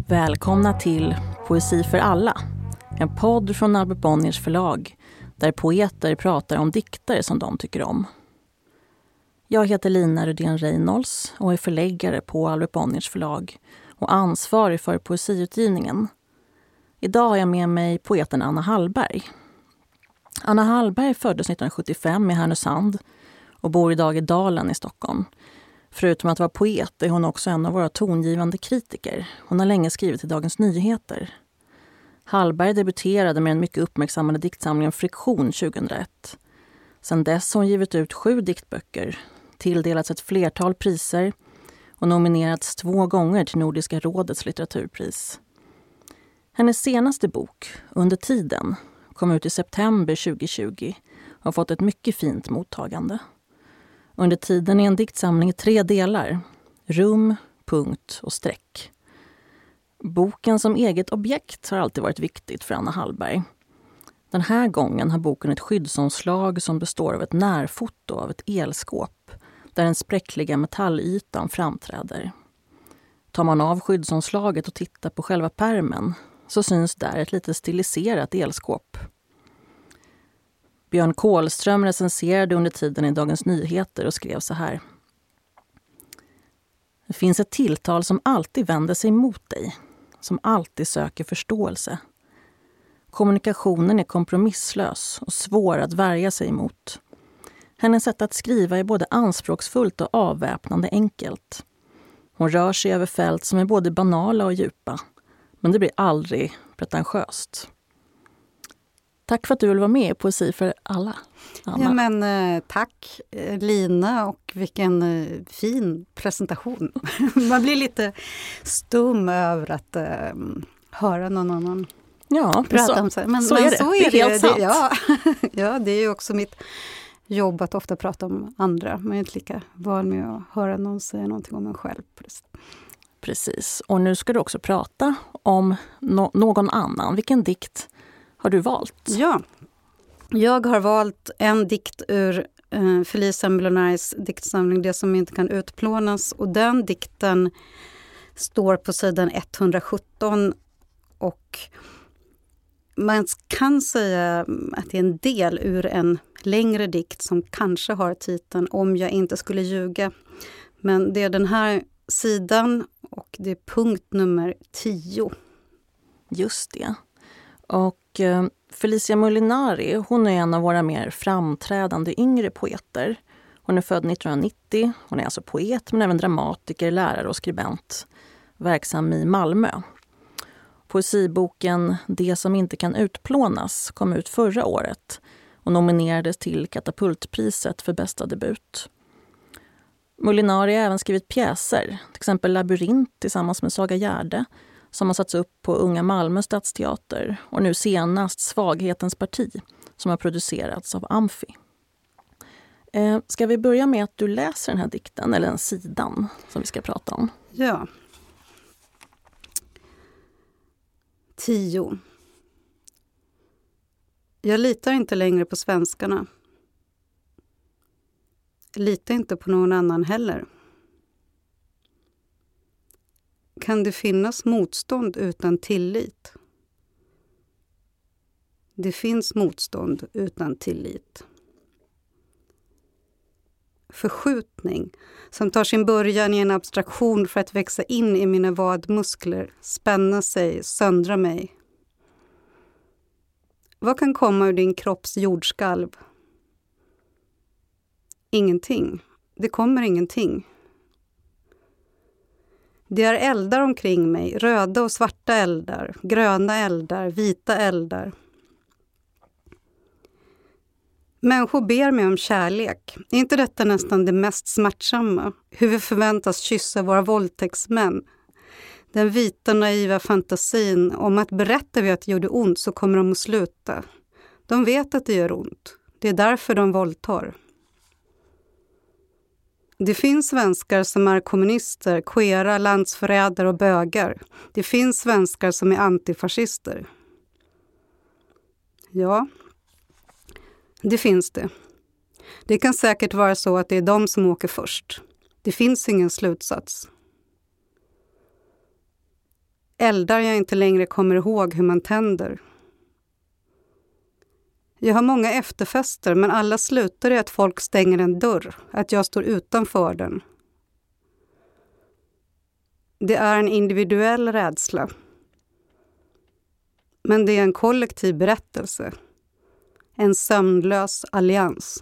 Välkomna till Poesi för alla, en podd från Albert Bonniers förlag där poeter pratar om diktare som de tycker om. Jag heter Lina Rydén Reynolds och är förläggare på Albert Bonniers förlag och ansvarig för poesiutgivningen. Idag har jag med mig poeten Anna Hallberg. Anna Hallberg föddes 1975 i Härnösand och bor idag i Dalen i Stockholm. Förutom att vara poet är hon också en av våra tongivande kritiker. Hon har länge skrivit i Dagens Nyheter. Hallberg debuterade med den mycket uppmärksammade diktsamlingen Friktion 2001. Sedan dess har hon givit ut 7 diktböcker, tilldelats ett flertal priser och nominerats 2 gånger till Nordiska rådets litteraturpris. Hennes senaste bok, Under tiden, kom ut i september 2020 och har fått ett mycket fint mottagande. Under tiden är en diktsamling i 3 delar, rum, punkt och streck. Boken som eget objekt har alltid varit viktigt för Anna Hallberg. Den här gången har boken ett skyddsomslag som består av ett närfoto av ett elskåp där den spräckliga metallytan framträder. Tar man av skyddsomslaget och tittar på själva pärmen så syns där ett lite stiliserat elskåp. Björn Kålström recenserade Under tiden i Dagens Nyheter och skrev så här. Det finns ett tilltal som alltid vänder sig mot dig, som alltid söker förståelse. Kommunikationen är kompromisslös och svår att värja sig emot. Hennes sätt att skriva är både anspråksfullt och avväpnande enkelt. Hon rör sig över fält som är både banala och djupa, men det blir aldrig pretentiöst. Tack för att du vill vara med i Poesi för alla, Anna. Ja, men tack Lina, och vilken fin presentation. Man blir lite stum över att höra någon annan prata om sig. Men så är det. Så är det är helt sant. Ja, det är ju också mitt jobb att ofta prata om andra. Man är inte lika van med att höra någon säga någonting om en själv. Precis, och nu ska du också prata om någon annan. Vilken dikt har du valt? Ja, jag har valt en dikt ur Felicia Molináris diktsamling Det som inte kan utplånas. Och den dikten står på sidan 117 och man kan säga att det är en del ur en längre dikt som kanske har titeln Om jag inte skulle ljuga. Men det är den här sidan och det är punkt nummer 10. Just det. Och Felicia Molinari, hon är en av våra mer framträdande yngre poeter. Hon är född 1990, hon är alltså poet men även dramatiker, lärare och skribent, verksam i Malmö. Poesiboken Det som inte kan utplånas kom ut förra året och nominerades till Katapultpriset för bästa debut. Molinari har även skrivit pjäser, till exempel Labyrint tillsammans med Saga Gärde, som har satts upp på Unga Malmö stadsteater, och nu senast Svaghetens parti som har producerats av Amfi. Ska vi börja med att du läser den här dikten, eller den sidan som vi ska prata om? Ja. 10. Jag litar inte längre på svenskarna. Litar inte på någon annan heller. Kan det finnas motstånd utan tillit? Det finns motstånd utan tillit. Förskjutning som tar sin början i en abstraktion för att växa in i mina vadmuskler, spänna sig, söndra mig. Vad kan komma ur din kropps jordskalv? Ingenting. Det kommer ingenting. Det är eldar omkring mig, röda och svarta eldar, gröna eldar, vita eldar. Människor ber mig om kärlek. Är inte detta nästan det mest smärtsamma? Hur vi förväntas kyssa våra våldtäktsmän. Den vita naiva fantasin om att berättar vi att det gjorde ont så kommer de att sluta. De vet att det gör ont. Det är därför de våldtar. Det finns svenskar som är kommunister, queera, landsförrädare och bögar. Det finns svenskar som är antifascister. Ja, det finns det. Det kan säkert vara så att det är de som åker först. Det finns ingen slutsats. eldar jag inte längre kommer ihåg hur man tänder. Jag har många efterfester, men alla slutar i att folk stänger en dörr, att jag står utanför den. Det är en individuell rädsla. Men det är en kollektiv berättelse. En sömnlös allians.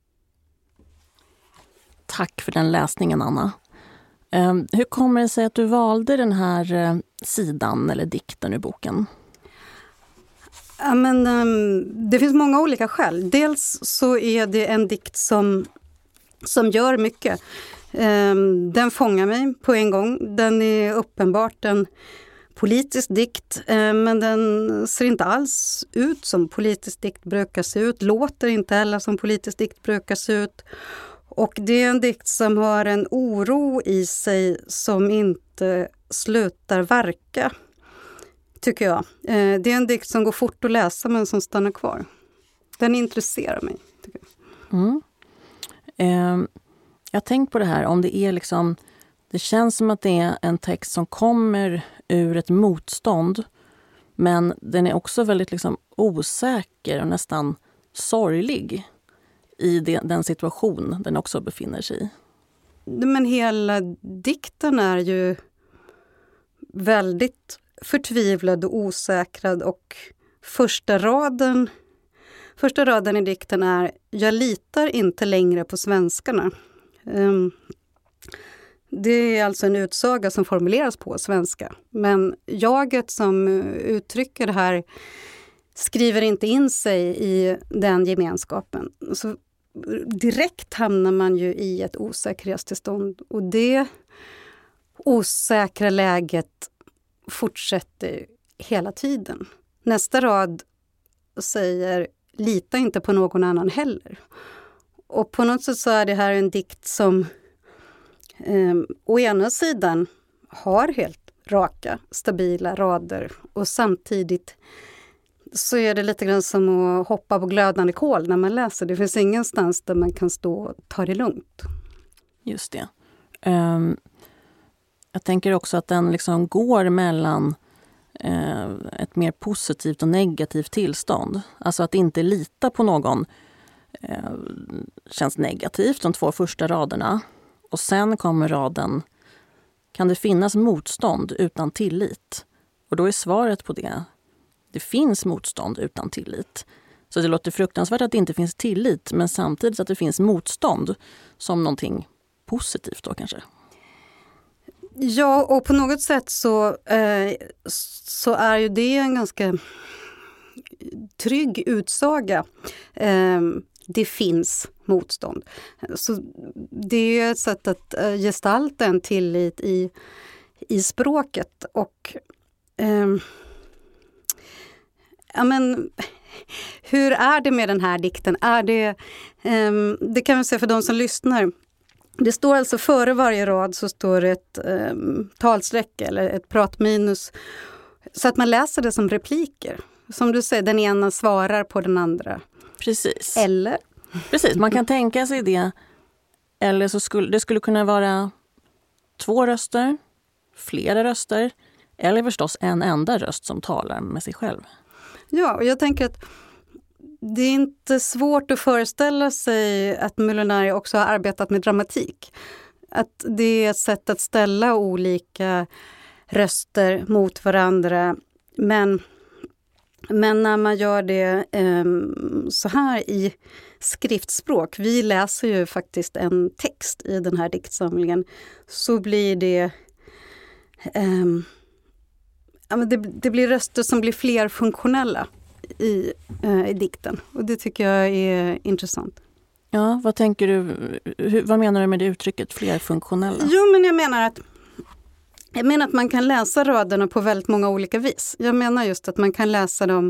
Tack för den läsningen, Anna. Hur kommer det sig att du valde den här sidan eller dikten ur boken? Ja, men, det finns många olika skäl. Dels så är det en dikt som gör mycket. Den fångar mig på en gång. Den är uppenbart en politisk dikt, men den ser inte alls ut som politisk dikt brukar se ut. Låter inte heller som politisk dikt brukar se ut. Och det är en dikt som har en oro i sig som inte slutar verka, tycker jag. Det är en dikt som går fort att läsa men som stannar kvar. Den intresserar mig, tycker jag. Jag har tänkt på det här, om det är liksom, det känns som att det är en text som kommer ur ett motstånd, men den är också väldigt liksom osäker och nästan sorglig i den situation den också befinner sig i. Men hela dikten är ju väldigt förtvivlad och osäkrad, och första raden i dikten är: jag litar inte längre på svenskarna. Det är alltså en utsaga som formuleras på svenska. Men jaget som uttrycker det här skriver inte in sig i den gemenskapen. Så direkt hamnar man ju i ett osäkerhetstillstånd. Och det osäkra läget fortsätter hela tiden. Nästa rad säger: lita inte på någon annan heller. Och på något sätt så är det här en dikt som å ena sidan har helt raka, stabila rader, och samtidigt så är det lite grann som att hoppa på glödande kol när man läser. Det finns ingenstans där man kan stå och ta det lugnt. Just det. Jag tänker också att den liksom går mellan ett mer positivt och negativt tillstånd. Alltså att inte lita på någon känns negativt, de 2 första raderna. Och sen kommer raden: kan det finnas motstånd utan tillit? Och då är svaret på det: det finns motstånd utan tillit. Så det låter fruktansvärt att det inte finns tillit, men samtidigt att det finns motstånd som någonting positivt då kanske. Ja, och på något sätt så är ju det en ganska trygg utsaga. Det finns motstånd. Så det är ett sätt att gestalta en tillit i språket. Och ja, men hur är det med den här dikten? Det kan man säga för de som lyssnar. Det står alltså före varje rad så står ett talsträck eller ett pratminus, så att man läser det som repliker. Som du säger, den ena svarar på den andra. Precis. Eller? Precis, man kan tänka sig det. Eller så skulle kunna vara 2 röster, flera röster, eller förstås en enda röst som talar med sig själv. Ja, och jag tänker att det är inte svårt att föreställa sig att Molinari också har arbetat med dramatik. Att det är ett sätt att ställa olika röster mot varandra. Men när man gör det så här i skriftspråk, vi läser ju faktiskt en text i den här diktsamlingen, så blir det det blir röster som blir flerfunktionella i dikten. Och det tycker jag är intressant. Ja, vad tänker du? Vad menar du med det uttrycket, flerfunktionella? Jo, men jag menar att man kan läsa raderna på väldigt många olika vis. Jag menar just att man kan läsa dem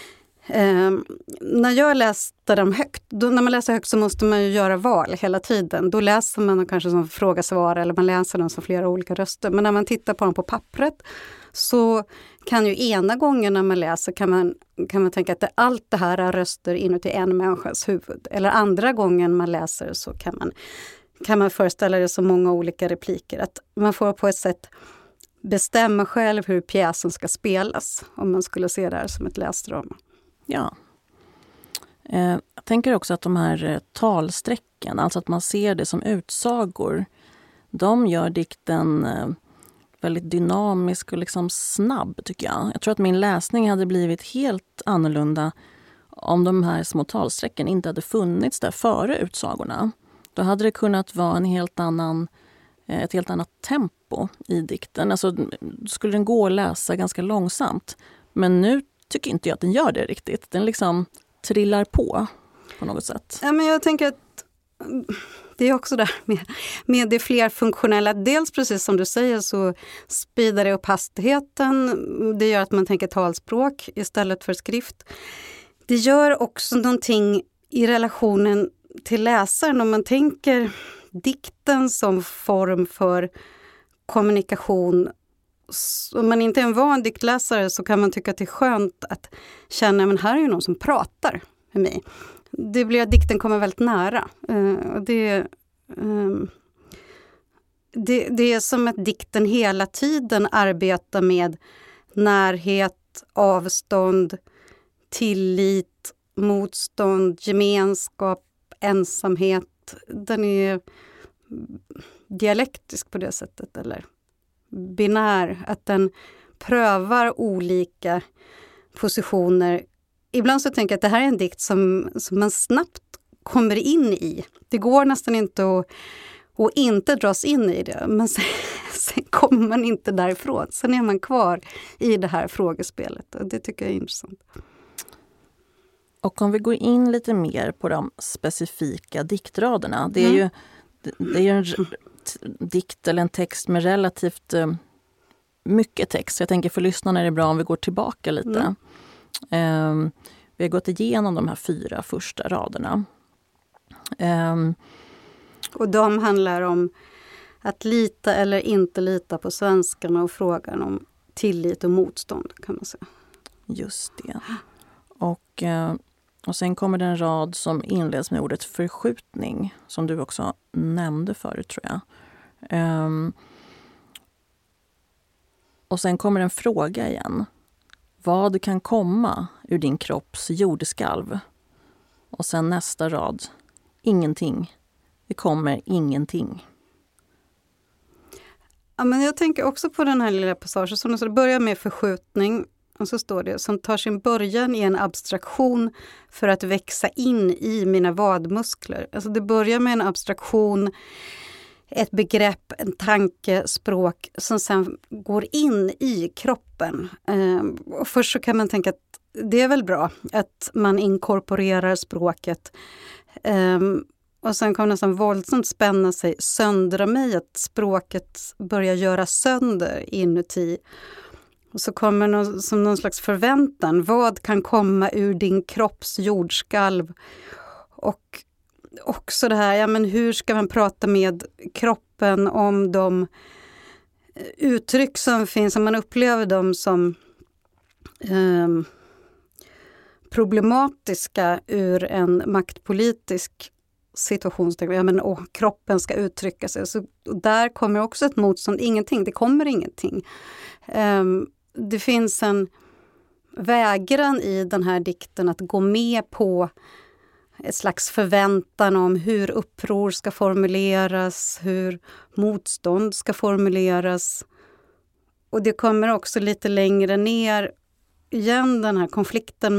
när jag läste dem högt. När man läser högt så måste man ju göra val hela tiden. Då läser man dem kanske som fråga-svar, eller man läser dem som flera olika röster. Men när man tittar på dem på pappret så kan ju ena gången när man läser kan man tänka att allt det här är röster inuti en människas huvud. Eller andra gången man läser så kan man föreställa det som många olika repliker. Att man får på ett sätt bestämma själv hur pjäsen ska spelas, om man skulle se det här som ett läsdrama. Ja. Jag tänker också att de här talsträcken, alltså att man ser det som utsagor, de gör dikten väldigt dynamisk och liksom snabb, tycker jag. Jag tror att min läsning hade blivit helt annorlunda om de här små talsträcken inte hade funnits där före utsagorna. Då hade det kunnat vara ett helt annat tempo i dikten. Alltså, skulle den gå att läsa ganska långsamt. Men nu tycker inte jag att den gör det riktigt. Den liksom trillar på något sätt. Ja, men jag tänker att det är också där med det flerfunktionella. Dels precis som du säger så speedar det upp hastigheten. Det gör att man tänker talspråk istället för skrift. Det gör också någonting i relationen till läsaren. Om man tänker dikten som form för kommunikation. Om man inte är en van diktläsare så kan man tycka att det är skönt att känna att här är ju någon som pratar med mig. Det blir att dikten kommer väldigt nära. Det är som att dikten hela tiden arbetar med närhet, avstånd, tillit, motstånd, gemenskap, ensamhet. Den är dialektisk på det sättet, eller binär. Att den prövar olika positioner. Ibland så tänker jag att det här är en dikt som man snabbt kommer in i. Det går nästan inte att inte dras in i det. Men sen kommer man inte därifrån. Sen är man kvar i det här frågespelet. Och det tycker jag är intressant. Och om vi går in lite mer på de specifika diktraderna. Det är ju en dikt eller en text med relativt mycket text. Jag tänker för lyssnarna är det bra om vi går tillbaka lite. Vi har gått igenom de här 4 första raderna. Och de handlar om att lita eller inte lita på svenskarna och frågan om tillit och motstånd, kan man säga. Just det. Och sen kommer det en rad som inleds med ordet förskjutning, som du också nämnde förut, tror jag. Och sen kommer en fråga igen. Vad kan komma ur din kropps jordskalv? Och sen nästa rad. Ingenting. Det kommer ingenting. Ja, men jag tänker också på den här lilla passagen. Så det börjar med förskjutning. Och så står det som tar sin början i en abstraktion för att växa in i mina vadmuskler. Alltså det börjar med en abstraktion, ett begrepp, en tanke, språk som sen går in i kroppen. Och först så kan man tänka att det är väl bra att man inkorporerar språket. Och sen kommer nästan våldsamt spänna sig, söndra mig, att språket börjar göra sönder inuti. Och så kommer som någon slags förväntan. Vad kan komma ur din kropps jordskalv? Och också det här, ja men hur ska man prata med kroppen om de uttryck som finns, om man upplever dem som problematiska ur en maktpolitisk situation. Ja, men, kroppen ska uttrycka sig. Så där kommer också ett motstånd. Ingenting, det kommer ingenting. Det finns en vägran i den här dikten att gå med på ett slags förväntan om hur uppror ska formuleras, hur motstånd ska formuleras. Och det kommer också lite längre ner igen, den här konflikten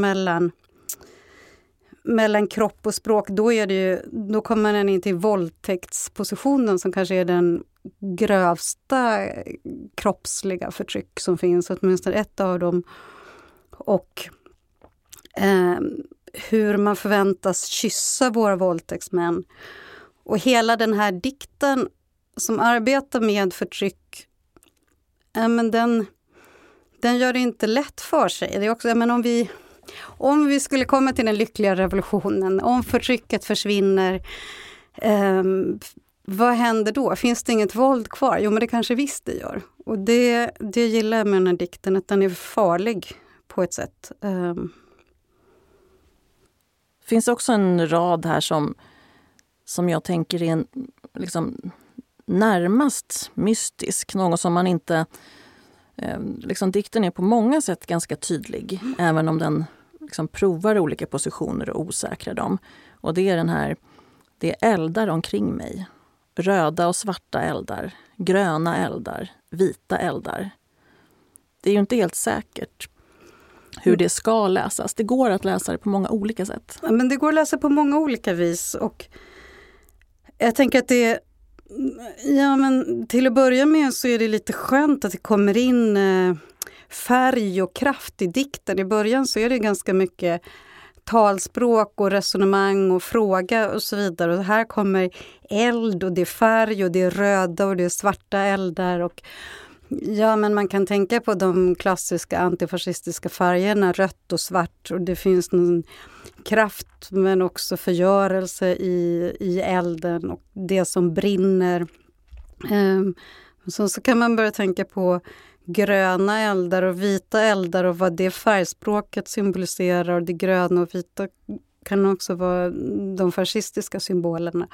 mellan kropp och språk. Då kommer den in till våldtäktspositionen som kanske är den grövsta kroppsliga förtryck som finns, åtminstone ett av dem. Och hur man förväntas kyssa våra våldtäktsmän. Och hela den här dikten som arbetar med förtryck, men den gör det inte lätt för sig. Det är också, men om vi skulle komma till den lyckliga revolutionen, om förtrycket försvinner, vad händer då? Finns det inget våld kvar? Jo, men det kanske visst det gör. Och det gillar jag med den här dikten, att den är farlig på ett sätt. Det finns också en rad här som jag tänker är liksom närmast mystisk. Något som man inte Liksom, dikten är på många sätt ganska tydlig, även om den liksom provar olika positioner och osäkrar dem. Och det är det är eldar omkring mig. Röda och svarta eldar, gröna eldar, vita eldar. Det är ju inte helt säkert hur det ska läsas. Det går att läsa det på många olika sätt. Ja, men det går att läsa på många olika vis. Och jag tänker att till att börja med så är det lite skönt att det kommer in färg och kraft i dikten. I början så är det ganska mycket talspråk och resonemang och fråga och så vidare. Och här kommer eld och det är färg och det är röda och det är svarta eldar. Och men man kan tänka på de klassiska antifascistiska färgerna, rött och svart. Och det finns någon kraft men också förgörelse i elden och det som brinner. Så kan man börja tänka på gröna eldar och vita eldar och vad det färgspråket symboliserar. Det gröna och vita kan också vara de fascistiska symbolerna.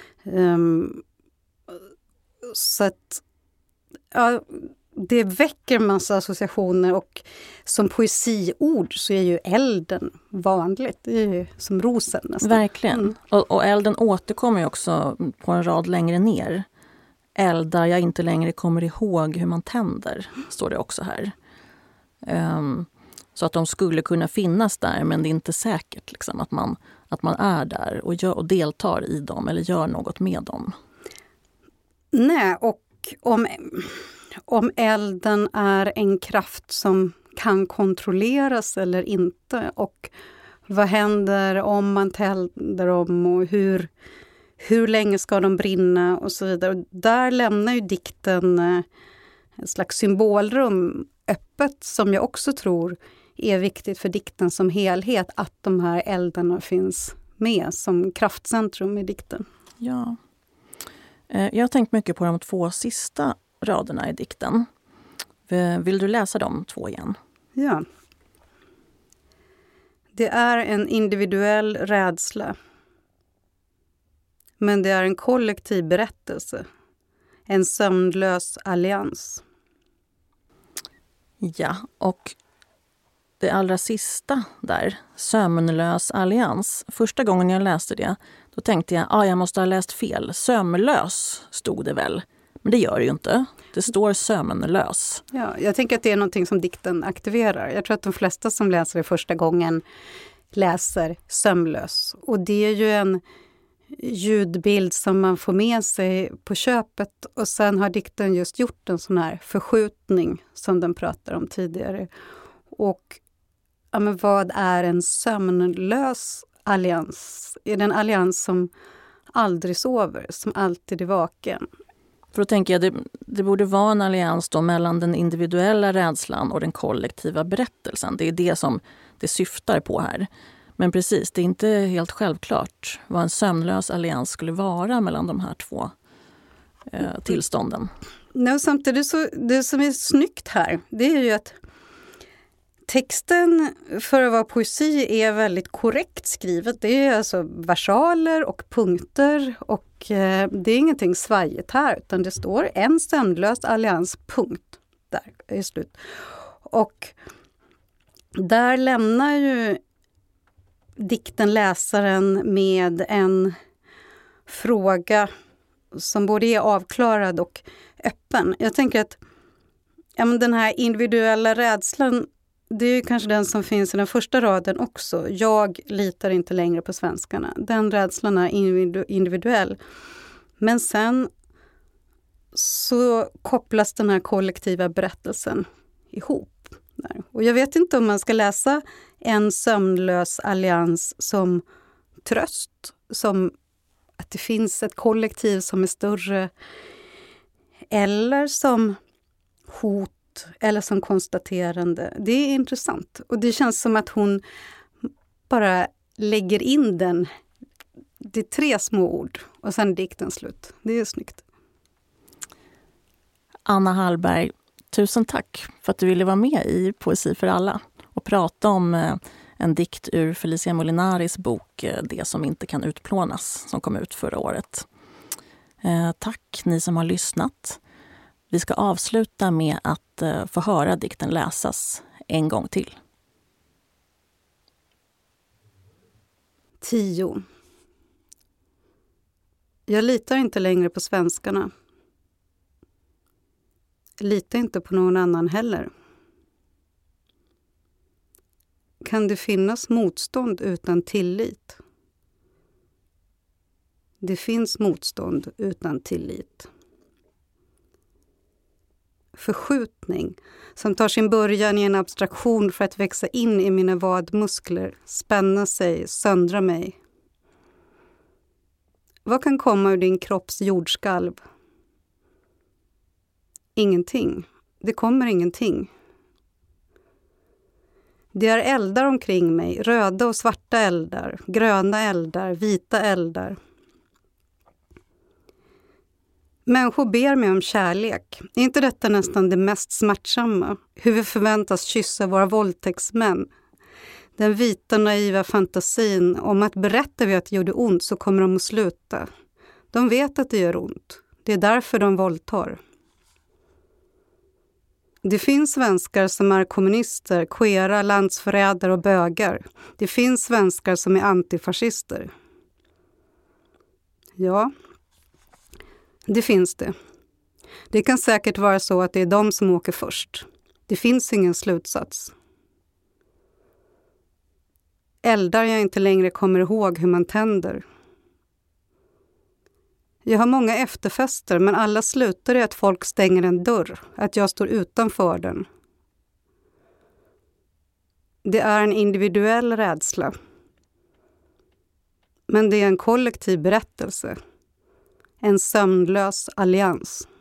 Så att det väcker massa associationer och som poesiord så är ju elden vanligt. Det är ju som rosen nästan. Verkligen. Och elden återkommer ju också på en rad längre ner. Eldar jag inte längre kommer ihåg hur man tänder, står det också här. Så att de skulle kunna finnas där, men det är inte säkert liksom, att man är där och deltar i dem eller gör något med dem. Nej, och om elden är en kraft som kan kontrolleras eller inte och vad händer om man tänder dem och hur länge ska de brinna och så vidare. Och där lämnar ju dikten ett slags symbolrum öppet som jag också tror är viktigt för dikten som helhet, att de här eldarna finns med som kraftcentrum i dikten. Ja. Jag har tänkt mycket på de 2 sista raderna i dikten. Vill du läsa de 2 igen? Ja. Det är en individuell rädsla. Men det är en kollektiv berättelse. En sömnlös allians. Ja, och det allra sista där, sömnlös allians. Första gången jag läste det, då tänkte jag måste ha läst fel. Sömnlös stod det väl. Men det gör det ju inte. Det står sömnlös. Ja, jag tänker att det är någonting som dikten aktiverar. Jag tror att de flesta som läser det första gången läser sömnlös. Och det är ju en ljudbild som man får med sig på köpet. Och sen har dikten just gjort en sån här förskjutning som den pratar om tidigare. Och men vad är en sömnlös allians? Är det en allians som aldrig sover, som alltid är vaken? För då tänker jag det borde vara en allians då mellan den individuella rädslan och den kollektiva berättelsen. Det är det som det syftar på här. Men precis, det är inte helt självklart vad en sömnlös allians skulle vara mellan de här 2 tillstånden. Nej, samtidigt så det som är snyggt här, det är ju att texten för att vara poesi är väldigt korrekt skrivet. Det är alltså versaler och punkter och det är ingenting svajigt här utan det står en sömnlös allians, punkt. Där är slut. Och där lämnar ju dikten läsaren med en fråga som både är avklarad och öppen. Jag tänker att den här individuella rädslan, det är ju kanske den som finns i den första raden också. Jag litar inte längre på svenskarna. Den rädslan är individuell. Men sen så kopplas den här kollektiva berättelsen ihop. Där. Och jag vet inte om man ska läsa en sömnlös allians som tröst. Som att det finns ett kollektiv som är större. Eller som hot. Eller som konstaterande. Det är intressant. Och det känns som att hon bara lägger in den. Det är 3 små ord. Och sen dikten slut. Det är snyggt. Anna Hallberg, tusen tack för att du ville vara med i Poesi för alla. Och prata om en dikt ur Felicia Molinaris bok Det som inte kan utplånas. Som kom ut förra året. Tack ni som har lyssnat. Vi ska avsluta med att få höra dikten läsas en gång till. 10. Jag litar inte längre på svenskarna. Litar inte på någon annan heller. Kan det finnas motstånd utan tillit? Det finns motstånd utan tillit. Förskjutning som tar sin början i en abstraktion för att växa in i mina vadmuskler, spänna sig, söndra mig. Vad kan komma ur din kropps jordskalv? Ingenting. Det kommer ingenting. Det är eldar omkring mig, röda och svarta eldar, gröna eldar, vita eldar. Människor ber mig om kärlek. Är inte detta nästan det mest smärtsamma? Hur vi förväntas kyssa våra våldtäktsmän. Den vita naiva fantasin om att berättar vi att det gjorde ont så kommer de att sluta. De vet att det gör ont. Det är därför de våldtar. Det finns svenskar som är kommunister, queera, landsförrädare och bögar. Det finns svenskar som är antifascister. Ja, det finns det. Det kan säkert vara så att det är de som åker först. Det finns ingen slutsats. Eldar jag inte längre kommer ihåg hur man tänder. Jag har många efterfester men alla slutar i att folk stänger en dörr, att jag står utanför den. Det är en individuell rädsla. Men det är en kollektiv berättelse. En sömnlös allians.